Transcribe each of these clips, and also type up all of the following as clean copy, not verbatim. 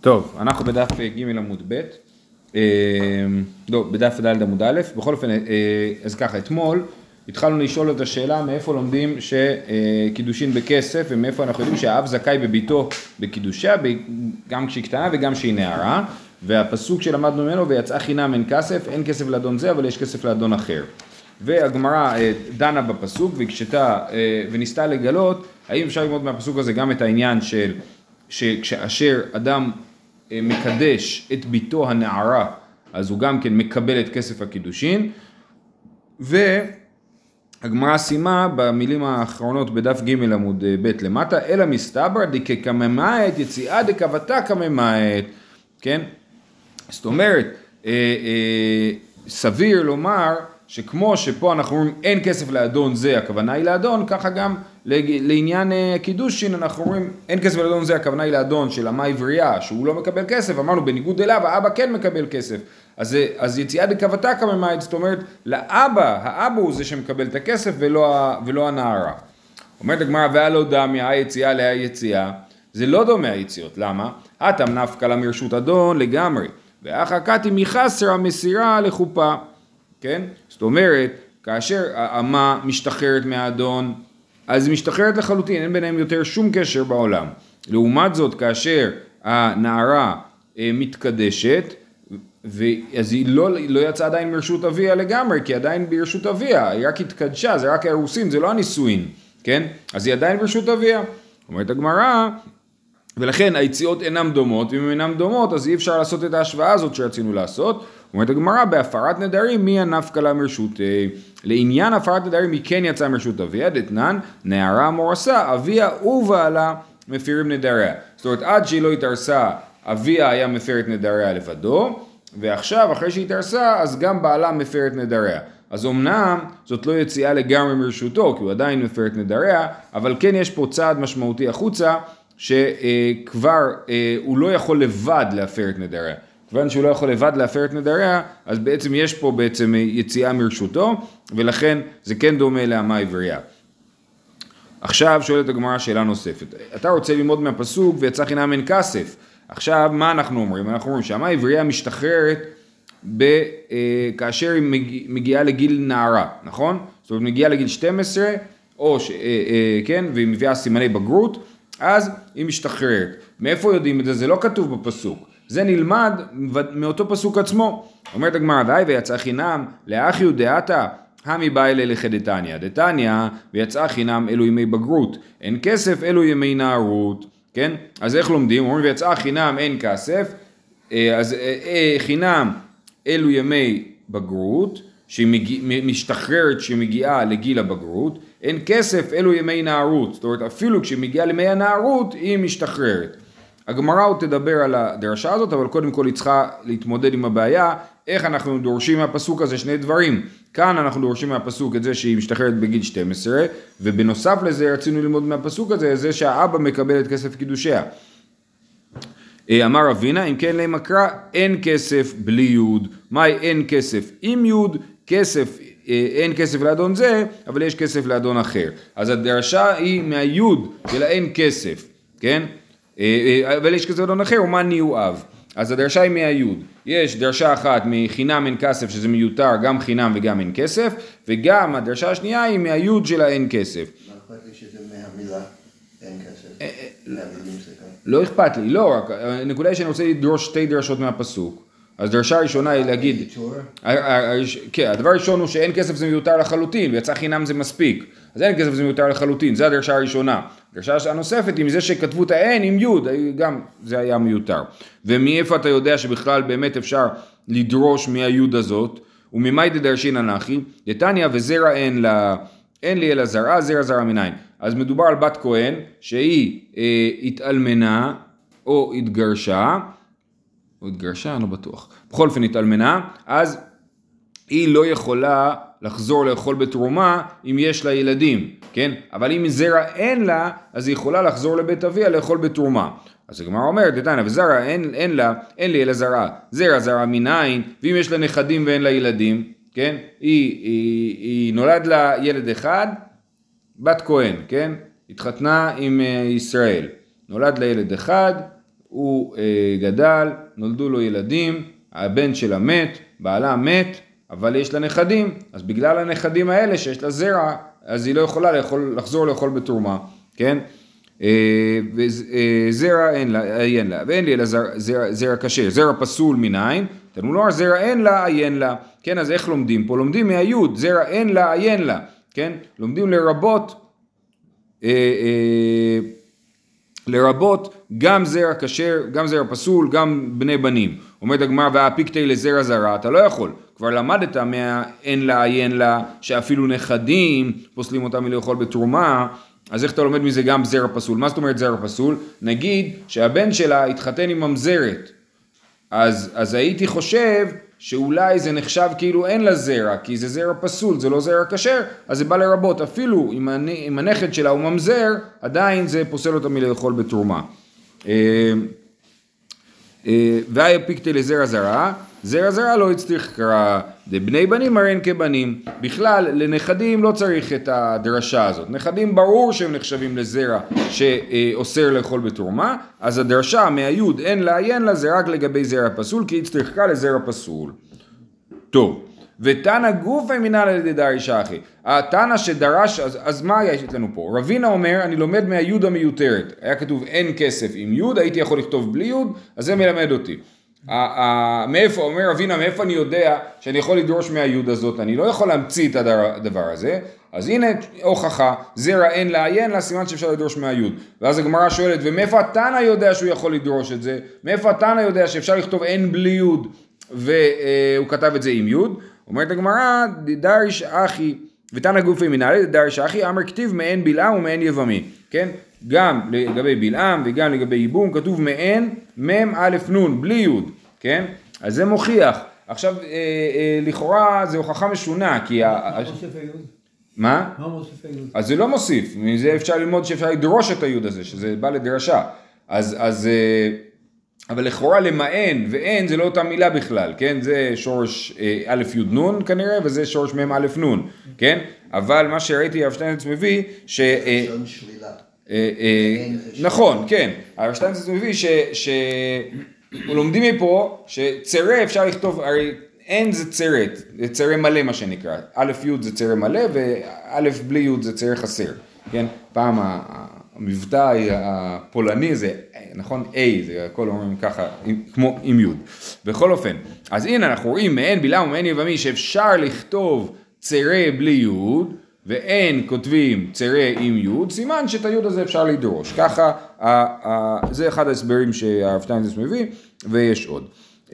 טוב, אנחנו בדף ג' עמוד ב', לא, בדף ד' עמוד א', בכל אופן, אז ככה, אתמול התחלנו לשאול את השאלה מאיפה לומדים שקידושין בכסף, ומאיפה אנחנו יודעים שהאב זכאי בביתו בקידושה, גם כשהיא קטנה וגם כשהיא נערה, והפסוק שלמדנו ממנו, ויצאה חינם אין כסף, אין כסף לאדון זה, אבל יש כסף לאדון אחר. והגמרא דנה בפסוק והקשתה וניסתה לגלות, האם אפשר ללמוד מהפסוק הזה גם את העניין של שכאשר אדם מקדש את ביתו הנערה, אז הוא גם כן מקבל את כסף הקידושין, והגמרא סיימה במילים האחרונות בדף ג' עמוד ב' למטה, אלא מסתבר דקקממאת יציאה דקבתה קממאת, כן? זאת אומרת, סביר לומר שכמו שפה אנחנו אומרים אין כסף לאדון זה, הכוונה היא לאדון, ככה גם לעניין קידושין אנחנו אומרים אין כסף לאדון זה, הכוונה היא לאדון של אמה עברייה שהוא לא מקבל כסף, אמרנו בניגוד אליו האבא כן מקבל כסף, אז יציאה דקבתה קממאת, זאת אומרת לאבא, האבא הוא זה שמקבל את הכסף ולא הנערה. אומרת הגמרא והלא דמי היציאה להיציאה, זה לא דומה היציאות, למה? אתם נפקא לה מרשות אדון לגמרי, ואחר קתי מחסר המסירה לחופה, כן? זאת אומרת, כאשר האמה משתחררת מהאדון, אז היא משתחררת לחלוטין, אין ביניהם יותר שום קשר בעולם. לעומת זאת, כאשר הנערה מתקדשת, אז היא לא יצאה עדיין מרשות אביה לגמרי, כי עדיין ברשות אביה, היא רק התקדשה, זה רק האירוסין, זה לא הנישואין, כן? אז היא עדיין ברשות אביה. אומרת הגמרא, ולכן היציאות אינן דומות, ואם אינן דומות, אז אי אפשר לעשות את ההשוואה הזאת שרצינו לעשות. אומרת הגמרא, בהפרת נדרים, מי הנפקא לה מרשות? לעניין הפרת נדרים, מי כן יצא מרשות אביה? דתנן, נערה מורסה, אביה ובעלה מפירים נדריה. זאת אומרת, עד שהיא לא התארסה, אביה היה מפר את נדריה לבדו, ועכשיו, אחרי שהיא התארסה, אז גם בעלה מפר את נדריה. אז אמנם, זאת לא יציאה לגמרי מרשותו, כי הוא עדיין מפר את נדריה, אבל כן יש פה צעד משמעותי החוצה, שכבר הוא לא יכול לבד להפר את נדריה. כיוון שהוא לא יכול לבד להפר את נדריה, אז בעצם יש פה בעצם יציאה מרשותו, ולכן זה כן דומה לאמה עברייה. עכשיו שואלת הגמרא שאלה נוספת. אתה רוצה ללמוד מהפסוק ויצא חינם אין כסף. עכשיו מה אנחנו אומרים? אנחנו אומרים שהאמה עברייה משתחררת כאשר היא מגיעה לגיל נערה, נכון? זאת אומרת מגיעה לגיל 12, כן, והיא מביאה סימני בגרות, אז היא משתחררת. מאיפה יודעים את זה? זה לא כתוב בפסוק. זה נלמד מאותו פסוק עצמו. אומרת הגמרא, ויצאה חינם לאחי ודעתה, המי בא אלה לחדתניא. דתניא, ויצאה חינם אלו ימי בגרות. אין כסף, אלו ימי נערות. כן? אז איך לומדים? אומרים, ויצאה חינם אין כסף, אז חינם אלו ימי בגרות, שהיא משתחררת שמגיעה לגיל הבגרות, אין כסף אלו ימי נערות, זאת אומרת אפילו כשמגיעה לימי הנערות היא משתחררת. הגמרא עוד תדבר על הדרשה הזאת, אבל קודם כל היא צריכה להתמודד עם הבעיה, איך אנחנו דורשים מהפסוק הזה שני דברים. כאן אנחנו דורשים מהפסוק את זה שהיא משתחררת בגיל 12, ובנוסף לזה רצינו ללמוד מהפסוק הזה, זה שהאבא מקבל את כסף קידושיה. אמר רבינה, אם כן להם מקרא, אין כסף בלי יוד. מהי אין כסף עם יוד? כסף, אין כסף לאדון זה, אבל יש כסף לאדון אחר. אז הדרשה היא מהיוד של האין כסף, כן? אבל יש כסף לאדון אחר, ומה ניואב? אז הדרשה היא מהיוד. יש דרשה אחת מחינם אין כסף, שזה מיותר, גם חינם וגם אין כסף, וגם הדרשה השנייה היא מהיוד של האין כסף. מה אכפת לי שזה מהמילה אין כסף? לא אכפת לי, לא רק, הנקודה היא שאני רוצה לדרוש שתי דרשות מהפסוק. אז דרשה הראשונה היא להגיד, כן, הדבר הראשון הוא שאין כסף זה מיותר לחלוטין, ויצא חינם זה מספיק, אז אין כסף זה מיותר לחלוטין, זה הדרשה הראשונה. דרשה הנוספת עם זה שכתבו את האין עם יוד, גם זה היה מיותר. ומאיפה אתה יודע שבכלל באמת אפשר לדרוש מהיוד הזאת, וממאי דדרשין אנכי, דתניא וזרע אין לה, אין לי אלא זרעה, זרע מניין. אז מדובר על בת כהן שהיא התאלמנה או התגרשה, או התגרשה, אני לא בטוח. בכל אופן התאלמנה, אז היא לא יכולה לחזור לאכול בתרומה אם יש לה ילדים, כן? אבל אם זרע אין לה, אז היא יכולה לחזור לבית אביה לאכול בתרומה. אז הגמרא אומרת, דתניא וזרע אין לה, אין לי אלא זרעה, זרע מניין, ואם יש לה נכדים ואין לה ילדים, כן? היא נולד לה ילד אחד, בת כהן, כן? התחתנה עם ישראל. נולד לה ילד אחד, הוא גדל, נולדו לו ילדים, הבן שלה מת, בעלה מת, אבל יש לה נכדים, אז בגלל הנכדים האלה שיש לה זרע, אז היא לא יכולה לחזור לאכול בתרומה, כן? וזרע אין לה, ואין לי אלא זרע כשר, זרע פסול מניין, תלמוד לומר זרע אין לה, עיין לה, כן? אז איך לומדים פה? לומדים מהיוד, זרע אין לה, עיין לה, כן? לומדים לרבות גם זרע כשר, גם זרע פסול, גם בני בנים. אומרת הגמרא, והפיקטי לזרע זרע, אתה לא יכול. כבר למדת מהאין לה, עיין לה, שאפילו נכדים פוסלים אותם מלאכול בתרומה, אז איך אתה לומד מזה גם זרע פסול? מה זאת אומרת זרע פסול? נגיד שהבן שלה התחתן עם ממזרת, אז הייתי חושב שאולי זה נחשב כאילו אין לה זרע, כי זה זרע פסול, זה לא זרע כשר, אז זה בא לרבות, אפילו אם הנכד שלה הוא ממזר, עדיין זה פוסל אותה מלאכול בתרומה. והיה פיקטי לזרע זרע, זרע זרע לא הצטריך קרא, בני בנים מראים כבנים, בכלל לנכדים לא צריך את הדרשה הזאת, נכדים ברור שהם נחשבים לזרע שאוסר לאכול בתרומה, אז הדרשה מהיוד אין לה עיין לה זה רק לגבי זרע פסול, כי הצטריך קרא לזרע פסול. טוב, ותנא גופי מינא לדריש אחי, התנא שדרש, אז מה יש לנו פה? רבינה אומר, אני לומד מהיוד המיותרת, היה כתוב אין כסף עם יוד, הייתי יכול לכתוב בלי יוד, אז זה מלמד אותי. מאיפה, אומר רבינה, מאיפה אני יודע שאני יכול לדרוש מהיוד הזאת, אני לא יכול להמציא את הדבר הזה, אז הנה הוכחה, זרע אין לה, עיין לה, סימן שאפשר לדרוש מהיוד. ואז הגמרא שואלת, ומאיפה התנא יודע שהוא יכול לדרוש את זה? מאיפה התנא יודע שאפשר לכתוב אין בלי יוד, והוא כתב את זה עם יוד? אומרת הגמרא, דריש אחי, ותנא גופי מנהלי, דריש אחי, אמר כתיב מעין בלעם ומעין יבמי, כן? גם לגבי בלעם וגם לגבי ייבום, כתוב מעין מם א' נון, בלי יוד, כן? אז זה מוכיח. עכשיו, לכאורה זה הוכחה משונה, כי... מה מוסיף היוד? מה? מה מוסיף היוד? אז זה לא מוסיף, מזה אפשר ללמוד שאפשר לדרוש את היוד הזה, שזה בא לדרשה. אז אבל לכאורה למען ואין זה לא אותה מילה בכלל, כן? זה שורש א' י' נון כנראה, וזה שורש מ' א' נון, כן? אבל מה שראיתי הרב שטיינזלץ מביא, נכון, כן, הרב שטיינזלץ מביא לומדים מפה שצרה אפשר לכתוב, הרי אין זה צרת, זה צרה מלא מה שנקרא, א' י' זה צרה מלא וא' בלי י' זה צרה חסר, כן? פעם המבטא הפולני זה, נכון, A, זה הכל אומרים ככה, כמו עם י'. בכל אופן, אז הנה אנחנו רואים מעין בלעם ומעין יבמי שאפשר לכתוב צרה בלי י' ואין כותבים צרה עם י', סימן שאת הי' הזה אפשר לדרוש. ככה, זה אחד ההסברים שהרב שטיינזלץ מביא, ויש עוד.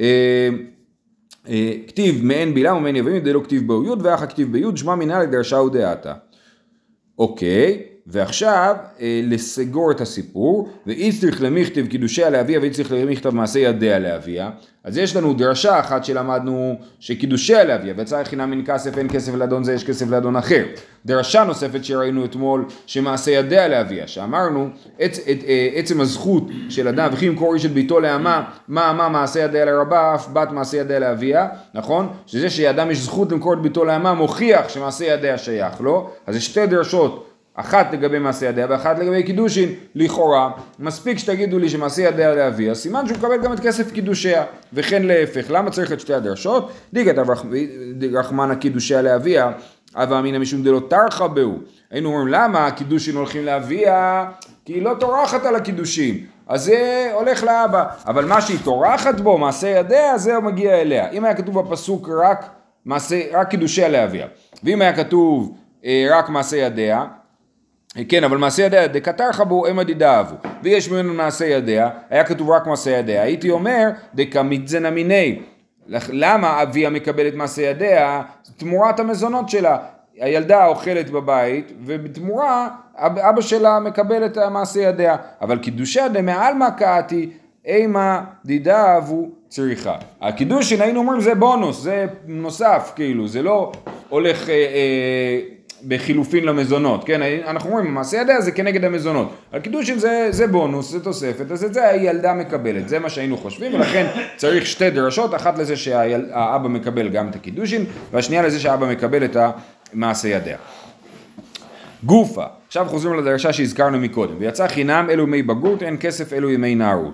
כתיב מעין בלעם ומעין יבמי, זה לא כתיב בו י' ואחר כתיב בי', שמע מינא לדרשה ודעתה. אוקיי. ועכשיו לסגור את הסיפור, ואיצטריך למכתב קידושיה לאביה ואיצטריך למכתב מעשה ידיה לאביה. אז יש לנו דרשה אחת שלמדנו שקידושיה לאביה, ויצא חינם מן כסף, אין כסף לאדון זה, יש כסף לאדון אחר. דרשה נוספת שראינו אתמול שמעשה ידיה לאביה, שאמרנו עצם הזכות של אדם וכי ימכור איש את ביתו לאמה, מה מעשה ידיה לרבה, אף בת מעשה ידיה לאביה, נכון? שזה שאדם יש זכות למכור את ביתו לאמה מוכיח שמעשה ידיה שייך לו. אז יש שתי דרשות, אחת לגבי מעשה ידיה ואחת לגבי קידושין, לכאורה, מספיק שתגידו לי שמעשה ידיה לאביה, סימן שהוא מקבל גם את כסף קידושיה, וכן להפך. למה צריך את שתי הדרשות? דיגת רחמנה קידושיה לאביה, אבא אמינא משום דלא טרחה בהו. היינו אומרים, למה הקידושין הולכים לאביה? כי היא לא טורחת על הקידושין, אז זה הולך לאבא, אבל מה שהיא טורחת בו, מעשה ידיה, זה מגיע אליה. אם היה כתוב בפסוק רק קידושיה לאביה, ואם היה כתוב רק מעשה ידיה, כן, אבל מעשה ידיה, דקטרחה בו אמה דידאבו, ויש ממנו מעשה ידיה, היה כתוב רק מעשה ידיה, הייתי אומר, דקמיתזנה מיני, למה אביה מקבלת מעשה ידיה? תמורת המזונות שלה, הילדה אוכלת בבית, ובתמורה אבא שלה מקבל את מעשה ידיה, אבל קידושיה דמעלמא קאתי, אמה דידאבו צריכה. הקידושין היינו אומרים זה בונוס, זה נוסף כאילו, זה לא הולך בחילופין למזונות, כן? אנחנו אומרים, מעשה ידיה זה כנגד המזונות. על קידושין זה בונוס, זה תוספת, אז את זה הילדה מקבלת, זה מה שהיינו חושבים, ולכן צריך שתי דרשות, אחת לזה שהאבא מקבל גם את הקידושין, והשנייה לזה שהאבא מקבל את המעשה ידיה. גופה, עכשיו חוזרים לדרשה שהזכרנו מקודם, ויצא חינם אלו ימי בגרות, אין כסף אלו ימי נערות.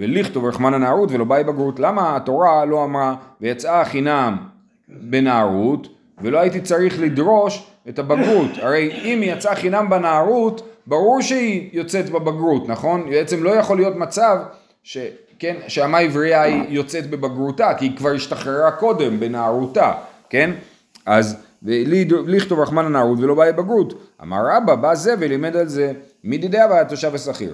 ולכתוב רחמן הנערות ולא באי בגרות. למה התורה לא אמרה ויצאה חינם בנערות, ולא הייתי צריך לדרוש את הבגרות? הרי אם היא יצאה חינם בנערות, ברור שהיא יוצאת בבגרות, נכון? בעצם לא יכול להיות מצב כן, שהמה עברייה היא יוצאת בבגרותה, כי היא כבר השתחררה קודם בנערותה, כן? אז לכתוב רחמן הנערות ולא באי בגרות. אמר רבא, בא זה ולימד על זה, מי דידי אבא תושב ושכיר.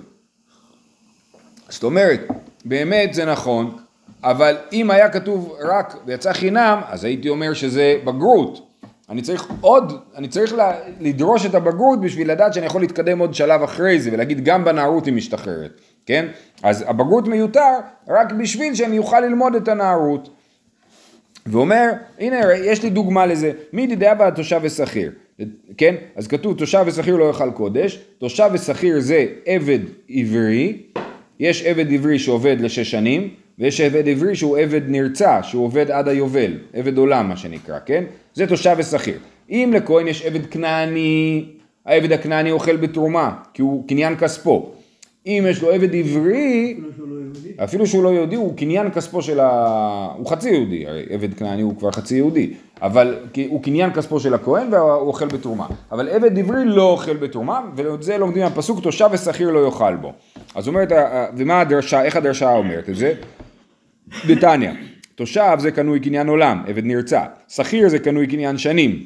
זאת אומרת, באמת זה נכון, אבל אם היה כתוב רק ויצא חינם, אז הייתי אומר שזה בגרות. אני צריך לדרוש את הבגרות בשביל לדעת שאני יכול להתקדם עוד שלב אחרי זה, ולהגיד גם בנערות היא משתחררת, כן? אז הבגרות מיותר רק בשביל שאני אוכל ללמוד את הנערות. ואומר, הנה יש לי דוגמה לזה, מי דידי אבא תושב ושכיר, כן? אז כתוב תושב ושכיר לא יאכל קודש, תושב ושכיר זה עבד עברי, יש עבד עברי שעובד ל6 שנים, ויש עבד עברי שהוא עבד נרצע, שהוא עובד עד היובל, עבד עולם מה שנקרא, כן? זה תושב ושכיר. אם לכהן יש עבד כנעני, העבד הכנעני אוכל בתרומה, כי הוא קניין כספו. אם יש לו עבד עברי, אפילו שהוא לא יהודי, הוא קניין כספו הוא חצי יהודי, הרי עבד כנעני הוא כבר חצי יהודי, אבל הוא קניין כספו של הכהן והוא אוכל בתרומה. אבל עבד עברי לא אוכל בתרומה, ואת זה לומדים מהפסוק, תושב ושכיר לא יאכל בו. אז אומרת, ומה הדרשה, איך הדרשה אומרת את זה? בתניא, תושב זה קנוי קניין עולם, עבד נרצע, שכיר זה קנוי קניין שנים.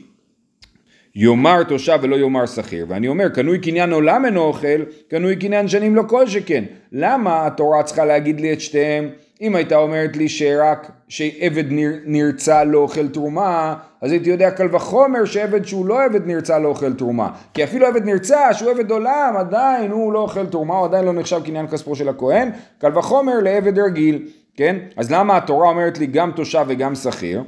יאמר תושב ולא יאמר שכיר, ואני אומר קנוי קניין עולם אינו אוכל, קנוי קניין שנים לא כל שכן. למה התורה צריכה להגיד לי את שתיהם? אם הייתה אומרת לי שעבד נרצע לא אוכל תרומה, אז הייתי יודע קל וחומר שעבד שהוא לא עבד נרצע לא אוכל תרומה, כי אפילו עבד נרצע שהוא עבד עולם עדיין הוא לא אוכל תרומה, הוא עדיין לא נחשב קניין כספו של הכהן, קל וחומר לעבד רגיל, כן? אז למה התורה אומרת לי גם תושב וגם שכיר?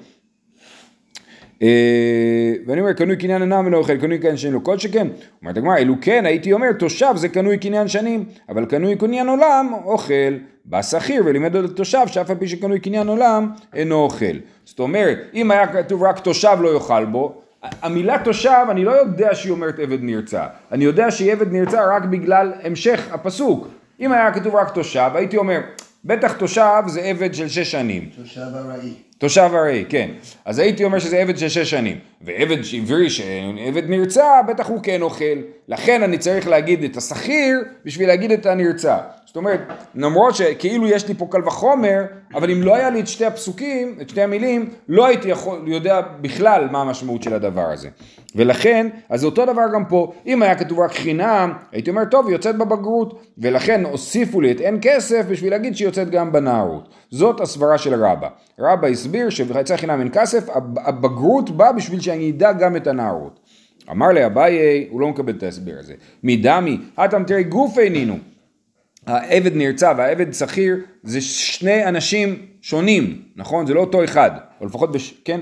ואני אומר קנוי קניין אינם ולא אוכל, קנוי קניין שנים לא כל שכן. אומרת הגמרא, אילו כן הייתי אומר תושב זה קנוי קניין שנים, אבל קנוי קניין עולם אוכל. בא שכיר ולימד עוד תושב שאף על פי שקנוי קניין עולם אינו אוכל. זאת אומרת, אם היה כתוב רק תושב לא יאכל בו, המילה תושב אני לא יודע שהיא אומרת עבד נרצע, אני יודע שהיא עבד נרצע רק בגלל המשך הפסוק. אם היה כתוב רק תושב הייתי אומר בטח תושב זה עבד של 6 שנים. תושב ארעי. תושב ארעי, כן. אז הייתי אומר שזה עבד של 6 שנים. ועבד עברי שעבד נרצע, בטח הוא כן אוכל. לכן אני צריך להגיד את השכיר בשביל להגיד את הנרצע. זאת אומרת, למרות שכאילו יש לי פה קל וחומר, אבל אם לא היה לי את שתי הפסוקים, את שתי המילים, לא הייתי יודע בכלל מה המשמעות של הדבר הזה. ולכן, אז אותו דבר גם פה, אם היה כתוב רק חינם, הייתי אומר, טוב, היא יוצאת בבגרות, ולכן הוסיפו לי את אין כסף בשביל להגיד שהיא יוצאת גם בנערות. זאת הסברה של רבא. רבא הסביר שיצא חינם אין כסף, הבגרות באה בשביל שאני אדע גם את הנערות. אמר לי אביי, הוא לא מקבל את ההסבר הזה. מדמי, אתם תראי גוף אינינו. העבד נרצע והעבד שכיר זה שני אנשים שונים, נכון? זה לא אותו אחד, או לפחות כן?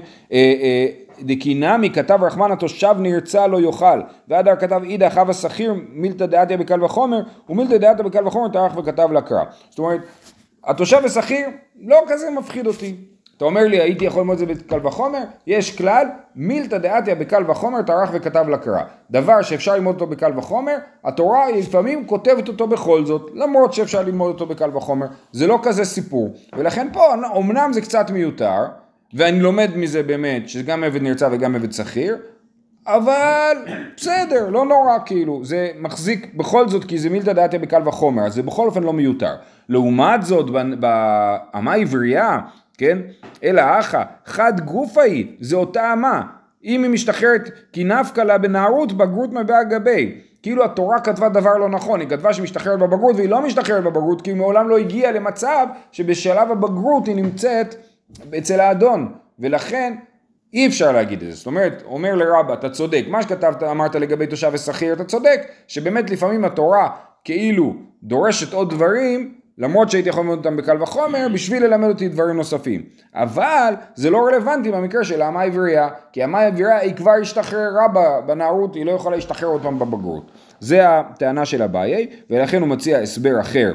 דקינמי כתב רחמן התושב נרצע לא יאכל, והדר כתב אידה חב השכיר מילתא דעתיה בקל וחומר, ומילתא דעתיה בקל וחומר טרח וכתב לקרא. זאת אומרת, התושב השכיר לא כזה מפחיד אותי. אתה אומר לי, הייתי יכול ללמוד את זה בקל וחומר? יש כלל, מילתא דעתיה בקל וחומר טרח וכתב לקרא. דבר שאפשר ללמוד אותו בקל וחומר, התורה לפעמים כותבת אותו בכל זאת, למרות שאפשר ללמוד אותו בקל וחומר. זה לא כזה סיפור. ולכן פה, אמנם זה קצת מיותר, ואני לומד מזה באמת, שגם עבד נרצע וגם עבד שכיר, אבל בסדר, לא נורא כאילו, זה מחזיק בכל זאת, כי זה מילתא דעתיה בקל וחומר, אז זה בכל אופן לא מיותר. לעומת זאת, באמה עברייה, כן? אלא אחא, חד גופה היא, זה אותה אמה. אם היא משתחררת כנפקא לה בנערות, בגרות מבעה גבי. כאילו התורה כתבה דבר לא נכון, היא כתבה שמשתחררת בבגרות, והיא לא משתחררת בבגרות, כי היא מעולם לא הגיעה למצב שבשלב הבגרות היא נמצאת אצל האדון, ולכן אי אפשר להגיד את זה. זאת אומרת, אומר לרבא, אתה צודק, מה שכתבת, אמרת לגבי תושב ושכיר, אתה צודק, שבאמת לפעמים התורה כאילו דורשת עוד דברים, למרות שהייתי יכול ללמוד אותם בקל וחומר, בשביל ללמד אותי דברים נוספים. אבל זה לא רלוונטי במקרה של האמה עברייה, כי האמה עברייה היא כבר השתחררה בנערות, היא לא יכולה להשתחרר עוד פעם בבגרות. זה הטענה של אביי, ולכן הוא מציע הסבר אחר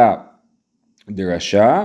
לדרשה,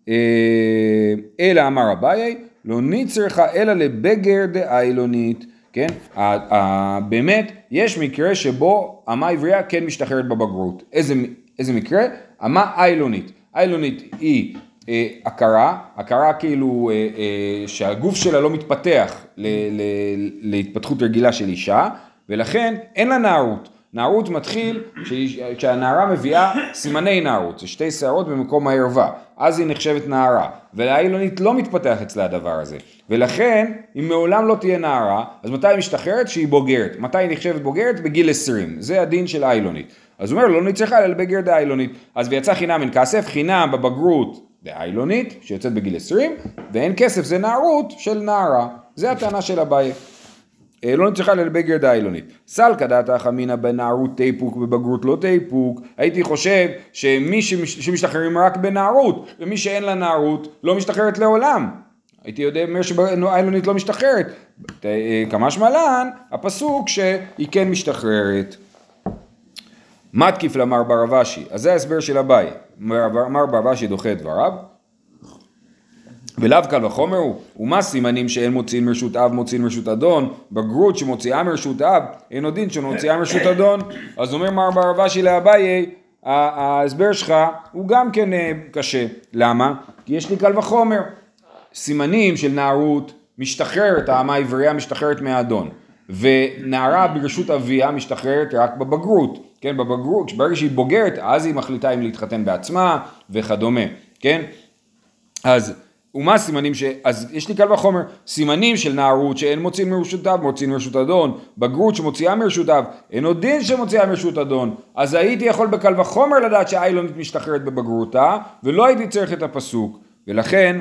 אלא אמר אביי, לא נצרכה אלא לבגר דאיילונית, כן? באמת יש מקרה שבו האמה עברייה כן משתחררת בבגרות. איזה מקרה? אמה איילונית. איילונית היא הכרה כאילו שהגוף שלה לא מתפתח להתפתחות רגילה של אישה, ולכן אין לה נערות. נערות מתחיל כשהנערה מביאה סימני נערות, זה 2 שערות במקום הערווה, אז היא נחשבת נערה, והאילונית לא מתפתח אצלה הדבר הזה, ולכן אם מעולם לא תהיה נערה, אז מתי היא משתחררת? שהיא בוגרת. מתי היא נחשבת בוגרת? בגיל 20, זה הדין של האילונית. אז הוא אומר, לא נצטרכה אלא בגר דאילונית, אז ויצא חינם אין כסף, חינם בבגרות דאילונית, שיוצאת בגיל 20, ואין כסף, זה נערות של נערה, זה הטענה של אביי. לא נצטרכה אלא בגר דאילונית. סלקא דעתך אמינא בנערות תיפוק ובבגרות לא תיפוק. הייתי חושב שמי שמשתחררים רק בנערות, ומי שאין לה נערות לא משתחררת לעולם. הייתי יודע שהאילונית לא משתחררת. כמשמע לן, הפסוק שהיא כן משתחררת. מתקיף למר בר אבשי, אז זה ההסבר של אביי. מר בר אבשי דוחה את דבריו. ולאו קל וחומר הוא, ומה סימנים שאין מוציאים מרשות אב מוציאים מרשות אדון? בגרות שמוציאה מרשות אב, אין עוד דין שמוציאה מרשות אדון. אז אומר מר בר אבשי לאביי, ההסבר שלך הוא גם כן קשה. למה? כי יש לי קל וחומר. סימנים של נערות משתחררת, האמה העברייה משתחררת מהאדון. ונערה ברשות אביה משתחררת רק בבגרות, כן, בבגרות, ברגע שהיא בוגרת, אז היא מחליטה אם להתחתן בעצמה וכדומה, כן, אז ומה סימנים אז יש לי קל וחומר, סימנים של נערות שאין מוציאים מרשות אב, מוציאים מרשות אדון, בגרות שמוציאה מרשות אב, אין עוד דין שמוציאה מרשות אדון, אז הייתי יכול בקל וחומר לדעת שהאילונית משתחררת בבגרותה, ולא הייתי צריך את הפסוק, ולכן,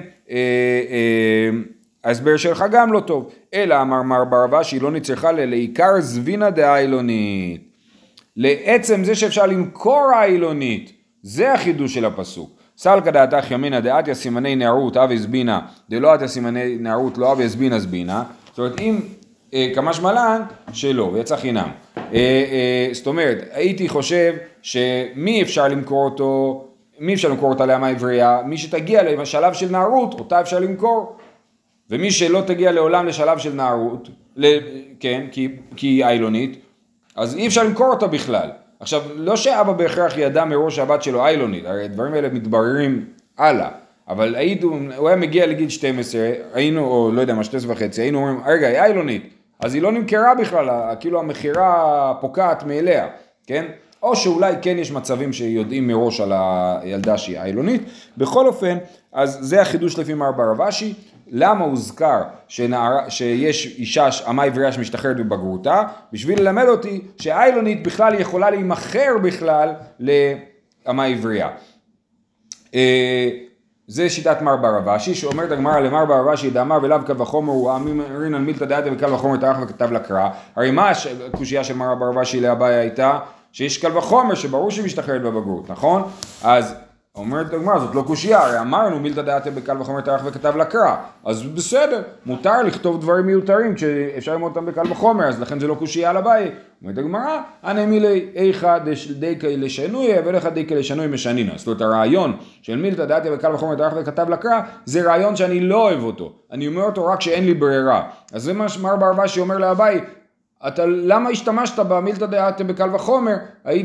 ההסבר שלך גם לא טוב, אלא אמר מר בר אבשי לא נצטרכה לעיקר זבינה דאילונית, לעצם זה שאפשר למכור האילונית, זה החידוש של הפסוק. סלקא דעתך ימינא דעתיה סימני נערות אב יזבינה, דלא עתיה סימני נערות לא אב יזבינה זבינה, זאת אומרת אם כמשמע לן שלא, ויצא חינם. זאת אומרת, הייתי חושב שמי אפשר למכור אותו, מי אפשר למכור אותה לאמה עברייה, מי שתגיע לשלב של נערות, אותה אפשר למכור. ומי שלא תגיע לעולם לשלב של נערות, כן, כי היא איילונית, אז אי אפשר למכור אותה בכלל. עכשיו, לא שאבא בהכרח ידע מראש שהבת שלו איילונית, הרי הדברים האלה מתבררים הלאה, אבל הוא היה מגיע לגיל 12, היינו, או לא יודע מה, 12 וחצי, היינו אומרים, רגע, היא איילונית, אז היא לא נמכרה בכלל, כאילו המכירה פוקעת מאליה, כן? או שאולי כן יש מצבים שיודעים מראש על הילדה שהיא איילונית, בכל אופן, אז זה החידוש לפי מר בר אבשי, למה הוזכר שיש אישה, אמה עברייה שמשתחררת בבגרותה? בשביל ללמד אותי שהאילונית בכלל יכולה להימכר בכלל לאמה עברייה. זה שיטת מר בר אבשי, שאומרת הגמרא למר בר אבשי דאמר ולאו קל וחומר הוא אמרין על מילתא דעתיה וקל וחומר טרח וכתב לקרא. הרי מה הקושייה של מר בר אבשי לאביי הייתה? שיש קל וחומר שברור שמשתחררת בבגרות, נכון? אז אומרת הגמרא, זאת לא קושייה, הרי אמרנו מילתא דעתיה בקל וחומר טרח וכתב לקרא, אז בסדר, מותר לכתוב דברים מיותרים כשאפשר ללמוד אותם בקל וחומר, אז לכן זה לא קושייה על אביי. אומרת הגמרא, אנא מילי איכא דיקא לשנוי ולך דיקא לשנוי משנינא. זאת אומרת, הרעיון של מילתא דעתיה בקל וחומר טרח וכתב לקרא, זה רעיון שאני לא אוהב אותו, אני אומר אותו רק שאין לי ברירה. אז זה מה שמר בר אבשי אומר לאביי, למה השתמשת במילתא דעתיה בקל וחומר?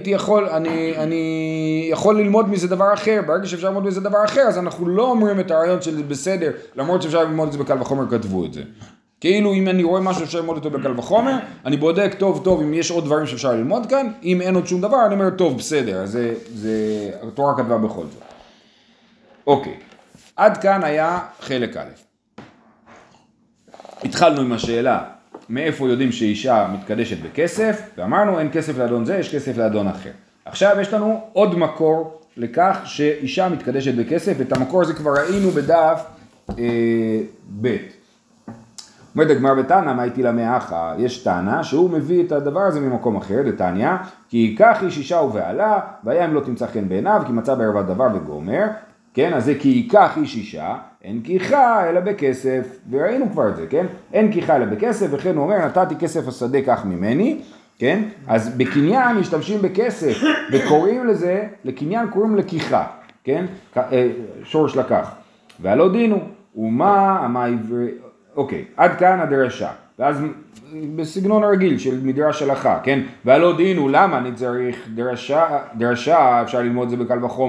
אני יכול ללמוד מזה דבר אחר, ברגע שאפשר ללמוד מזה דבר אחר, אז אנחנו לא אומרים את הרעיון של בסדר, למרות שאפשר ללמוד את זה בקל וחומר, כתבו את זה. כאילו אם אני רואה משהו שאפשר ללמוד אותו בקל וחומר, אני בודק טוב טוב אם יש עוד דברים שאפשר ללמוד כאן, אם אין עוד שום דבר, אני אומר טוב בסדר, אז זה התורה כתבה בכל זאת. אוקיי, עד כאן היה חלק א'. התחלנו עם השאלה, מאיפה יודעים שאישה מתקדשת בכסף, ואמרנו אין כסף לאדון זה, יש כסף לאדון אחר. עכשיו יש לנו עוד מקור לכך שאישה מתקדשת בכסף, ואת המקור הזה כבר ראינו בדף ב'. אומרת הגמרא בתנא, מה הייתי למאחה? יש טענה שהוא מביא את הדבר הזה ממקום אחר, דתניא, כי ייקח איש אישה ובעלה, והיה אם לא תמצא חן בעיניו, כי מצא בערווה דבר וגומר, כן, אז זה כי ייקח איש אישה, אין כיחה אלא בכסף, וראינו כבר את זה, כן? אין כיחה אלא בכסף, וכן הוא אומר, נתתי כסף השדה כך ממני, כן? אז בקניין משתמשים בכסף, וקוראים לזה, לקניין קוראים לכיחה, כן? שורש לקח. והלא דינו, ומה עברי, אוקיי, עד כאן הדרשה, ואז בסגנון הרגיל של מדרש הלכה, כן? והלא דינו, למה אני צריך דרשה, אפשר ללמוד את זה בקל וחומר.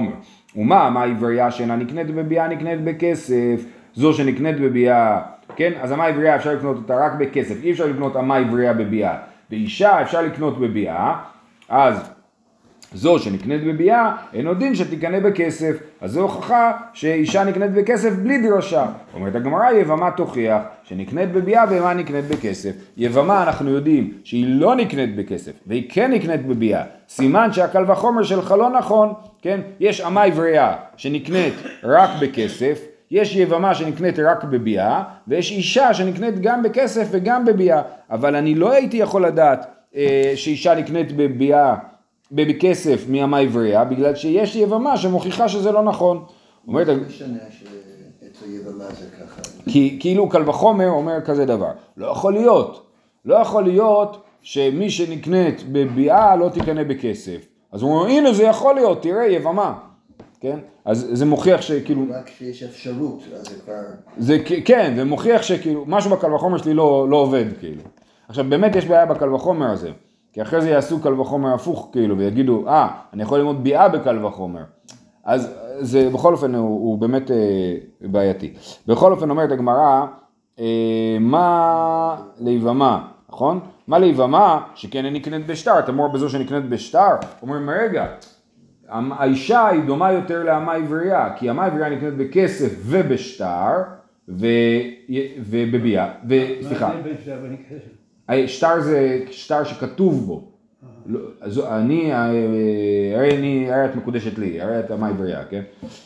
ומה העברייה שאינה נקנית בביאה נקנית בכסף, זו שנקנית בביאה, כן? אז המה העברייה אפשר לקנות אותה רק בכסף, אי אפשר לקנות המה העברייה בביאה, ואישה אפשר לקנות בביאה, אז זו שנקנית בביאה, אין עוד דין שתקנה בכסף, אז זו הוכחה שאישה נקנית בכסף בלי דרשה. אומרת הגמרא, יבמה תוכיח שנקנית בביאה ומה נקנית בכסף. יבמה אנחנו יודעים שהיא לא נקנית בכסף, והיא כן נקנית בביאה. סימן שהקל וחומר שלך לא נכון, כן? יש אמה עברייה שנקנית רק בכסף, יש יבמה שנקנית רק בביאה, ויש אישה שנקנית גם בכסף וגם בביאה. אבל אני לא הייתי יכול לדעת שאישה נקנית בביאה, בכסף מהמה עברייה, בגלל שיש יבמה שמוכיחה שזה לא נכון. מה זה משנה שאצל יבמה זה ככה? כי כאילו קל וחומר אומר כזה דבר. לא יכול להיות שמי שנקנית בביאה לא תקנה בכסף. אז הוא אומר, הנה זה יכול להיות, תראה יבמה. כן? אז זה מוכיח שכאילו... רק שיש אפשרות, אז זה כבר... כן, זה מוכיח שכאילו, משהו בקל וחומר שלי לא עובד, כאילו. עכשיו, באמת יש בעיה בקל וחומר הזה. כי אחרי זה יעשו קל וחומר הפוך כאילו, ויגידו, אני יכול ללמוד ביאה בקל וחומר. אז זה בכל אופן הוא באמת בעייתי. בכל אופן אומרת הגמרא, מה ליבמה, נכון? מה ליבמה שכן היא נקנית בשטר, אתה אומר בזו שנקנית בשטר? אומרים, רגע, האישה היא דומה יותר לאמה עברייה, כי אמה עברייה נקנית בכסף ובשטר, ובביאה, סליחה. שטר זה שטר שכתוב בו. הרי את מקודשת לי, הרי את המה עברייה, כן?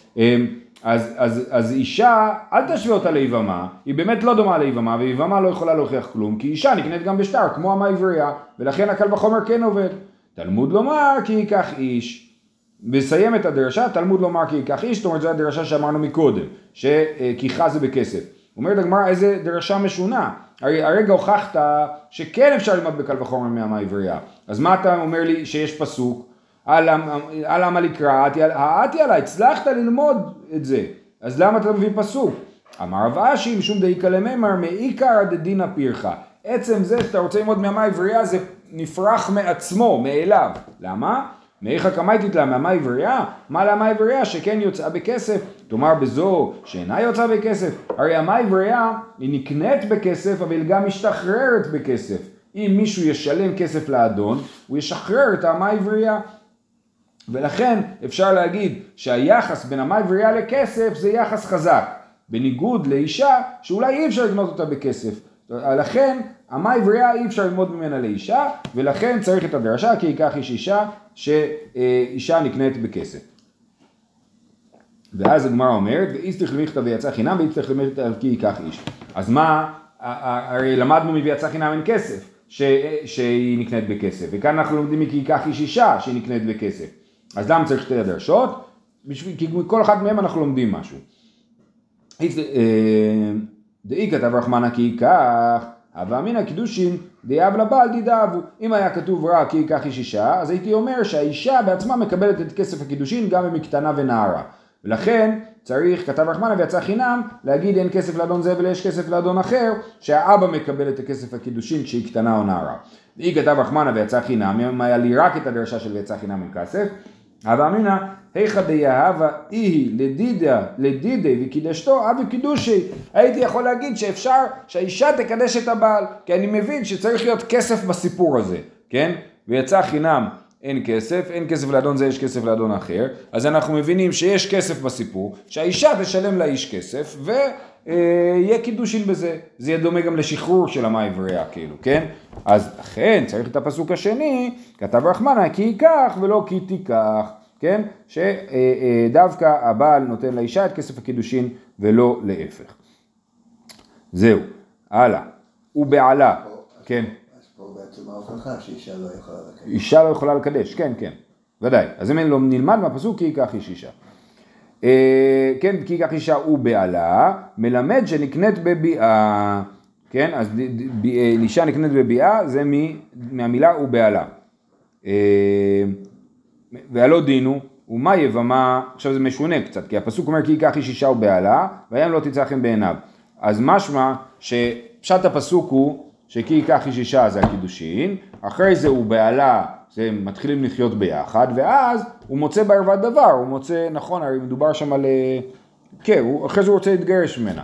אז אישה, אל תשווה אותה ליבמה, היא באמת לא דומה ליבמה, ויבמה לא יכולה להוכיח כלום, כי אישה נקנית גם בשטר, כמו המה עברייה, ולכן הקל וחומר כן עובד. תלמוד לומר כי ייקח איש. וסיים את הדרשה, תלמוד לומר כי ייקח איש, זאת אומרת זו הדרשה שאמרנו מקודם, שכיחה זה בכסף. אומרת הגמרא, איזה דרשה משונה. הרגע הוכחת שכן אפשר ללמוד בקל וחומר מהמה עברייה. אז מה אתה אומר לי שיש פסוק? על עמה לקרא, העתי עליי, הצלחת ללמוד את זה. אז למה אתה מביא פסוק? אמר רב אשי, משום דאיקא למימר, מעיקרא דדינא פירכה. עצם זה שאתה רוצה ללמוד מהמה עברייה, זה נפרח מעצמו, מאליו. למה? מאיך הקמייתית לה מהמה עברייה? מה להמה עברייה שכן יוצאה בכסף? תאמר בזו שאינה יוצאה בכסף. הרי המה עברייה היא נקנית בכסף אבל גם משתחררת בכסף. אם מישהו ישלם כסף לאדון, הוא ישחרר את המה עברייה. ולכן אפשר להגיד שהיחס בין המה עברייה לכסף זה יחס חזק. בניגוד לאישה שאולי אי אפשר לקנות אותה בכסף. לכן המה עברייה אי אפשר ללמוד ממנה לאישה, ולכן צריך את הדרשה כי ייקח איש אישה שאישה נקנית בכסף. ואז הגמרא אומרת, ואיסתך למכתב ויצא חינם, ואיסתך למכתב כי ייקח איש. אז מה, הרי למדנו מביצא חינם אין כסף, שהיא נקנית בכסף, וכאן אנחנו לומדים מכי ייקח איש אישה שהיא נקנית בכסף. אז למה צריך שתי הדרשות? כי כל אחד מהם אנחנו לומדים משהו. דאי כתב רחמנה כי ייקח, אבל אמינא קידושין דאב לבעל דידאבו. אם היה כתוב רק כי ייקח איש אישה, אז הייתי אומר שהאישה בעצמה מקבלת את כסף הקידושין גם אם היא קטנה ונערה. ולכן צריך, כתב רחמנה ויצא חינם, להגיד אין כסף לאדון זה ויש כסף לאדון אחר, שהאבא מקבל את הכסף הקידושין כשהיא קטנה או נערה. והיא כתב רחמנה ויצא חינם, אם היה לי רק את הדרשה של ויצא חינם עם כסף, אבל אמינא היכא דאהבה איהי לדידי וקידשתו אבי קידושי. הייתי יכול להגיד שאפשר שהאישה תקדש את הבעל, כי אני מבין שצריך להיות כסף בסיפור הזה, כן? ויצא חינם אין כסף לאדון זה, יש כסף לאדון אחר, אז אנחנו מבינים שיש כסף בסיפור, שהאישה תשלם לאיש כסף ויהיה קידושין בזה. זה יהיה דומה גם לשחרור של המה עברייה, כאילו, כן? אז אכן צריך את הפסוק השני, כתב רחמנה כי ייקח ולא כי תיקח, כן? שדווקא הבעל נותן לאישה את כסף הקידושין ולא להפך. זהו, הלאה. ובעלה, כן. אז פה בעצם ההוכחה שאישה לא יכולה לקדש. אישה לא יכולה לקדש, כן, כן. ודאי. אז אם לא נלמד מהפסוק כי ייקח איש אישה. כן, כי ייקח אישה ובעלה, מלמד שנקנית בביאה. כן, אז אישה נקנית בביאה זה מהמילה ובעלה. והלא דינו, ומה יבמה, עכשיו זה משונה קצת, כי הפסוק אומר כי ייקח איש אישה ובעלה, והים לא תצא חן בעיניו. אז משמע שפשט הפסוק הוא שכי ייקח איש אישה זה הקידושין, אחרי זה הוא בעלה, הם מתחילים לחיות ביחד, ואז הוא מוצא בערוות דבר, הוא מוצא, נכון, הרי מדובר שם על, כן, אחרי זה הוא רוצה להתגרש ממנה.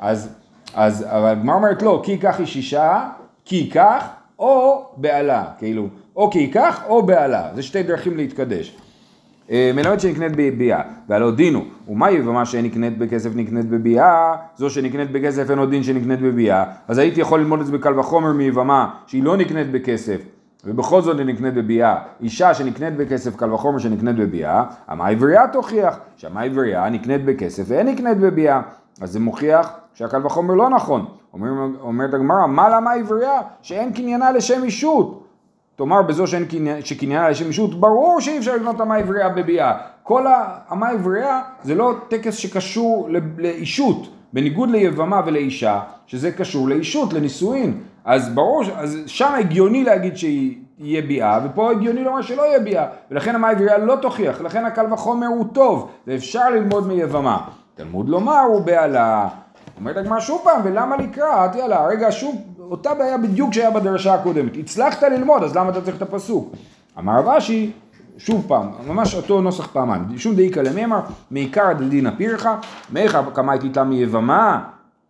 אז הגמרא אומרת לו, כי ייקח איש אישה, כי ייקח, או בעלה, כאילו, או כי ייקח, או בעלה, זה שתי דרכים להתקדש. מלמד שנקנית בביאה, והלא דינו, ומה יבמה שאין נקנית בכסף נקנית בביאה, זו שנקנית בכסף אין עוד דין שנקנית בביאה, אז הייתי יכול ללמוד את זה בקל וחומר מיבמה שהיא לא נקנית בכסף, ובכל זאת היא נקנית בביאה, אישה שנקנית בכסף קל וחומר שנקנית בביאה, המה עברייה תוכיח, שהמה עברייה נקנית בכסף ואין נקנית בביאה, אז זה מוכיח שהקל וחומר לא נכון. אומרת הגמרא, מה למה עברייה? שאין קניינה לשם אישות. תאמר בזו שקניינה לשם אישות, ברור שאי אפשר לבנות אמה עברייה בביאה. כל האמה עברייה זה לא טקס שקשור לאישות, בניגוד ליבמה ולאישה, שזה קשור לאישות, לנישואין. אז ברור, אז שם הגיוני להגיד שיהיה ביאה, ופה הגיוני לומר שלא יהיה ביאה, ולכן אמה עברייה לא תוכיח, לכן הקל וחומר הוא טוב, ואפשר ללמוד מיבמה. תלמוד לומר הוא בעלה. אומרת הגמרא שוב פעם, ולמה לקראת? יאללה, רגע, שוב, אותה בעיה בדיוק שהיה בדרשה הקודמת. הצלחת ללמוד, אז למה אתה צריך את הפסוק? אמר רב אשי, שוב פעם, ממש אותו נוסח פעמיים. שום דאיקא למי אמר, מעיקר דדינא פירחא, מאיכא קמאי תיתא מיבמה.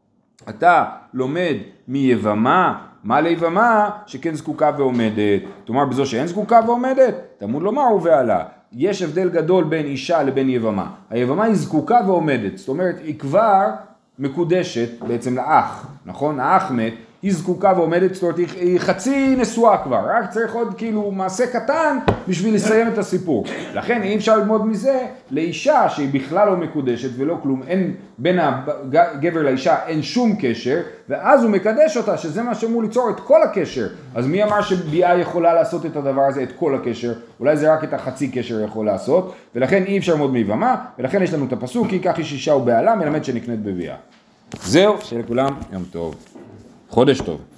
אתה לומד מיבמה, מה ליבמה? שכן זקוקה ועומדת. תאמר בזו שאין זקוקה ועומדת, תלמוד לומר הוא ועלה. יש הבדל גדול בין אישה לבין יבמה. היבמה היא זקוקה ועומדת, זאת אומרת, היא כבר מקודשת בעצם לאח, נכון? האח מת, היא זקוקה ועומדת, זאת אומרת, היא חצי נשואה כבר, רק צריך עוד כאילו מעשה קטן בשביל לסיים את הסיפור. לכן אי אפשר ללמוד מזה לאישה שהיא בכלל לא מקודשת ולא כלום, אין בין הגבר לאישה אין שום קשר, ואז הוא מקדש אותה, שזה מה שאמור ליצור את כל הקשר. אז מי אמר שביאה יכולה לעשות את הדבר הזה, את כל הקשר? אולי זה רק את החצי קשר יכול לעשות, ולכן אי אפשר ללמוד מיבמה, ולכן יש לנו את הפסוק, כי ייקח איש אישה ובעלה, מלמד שנקנית בביאה. זהו, שיהיה לכולם יום טוב. חודש טוב.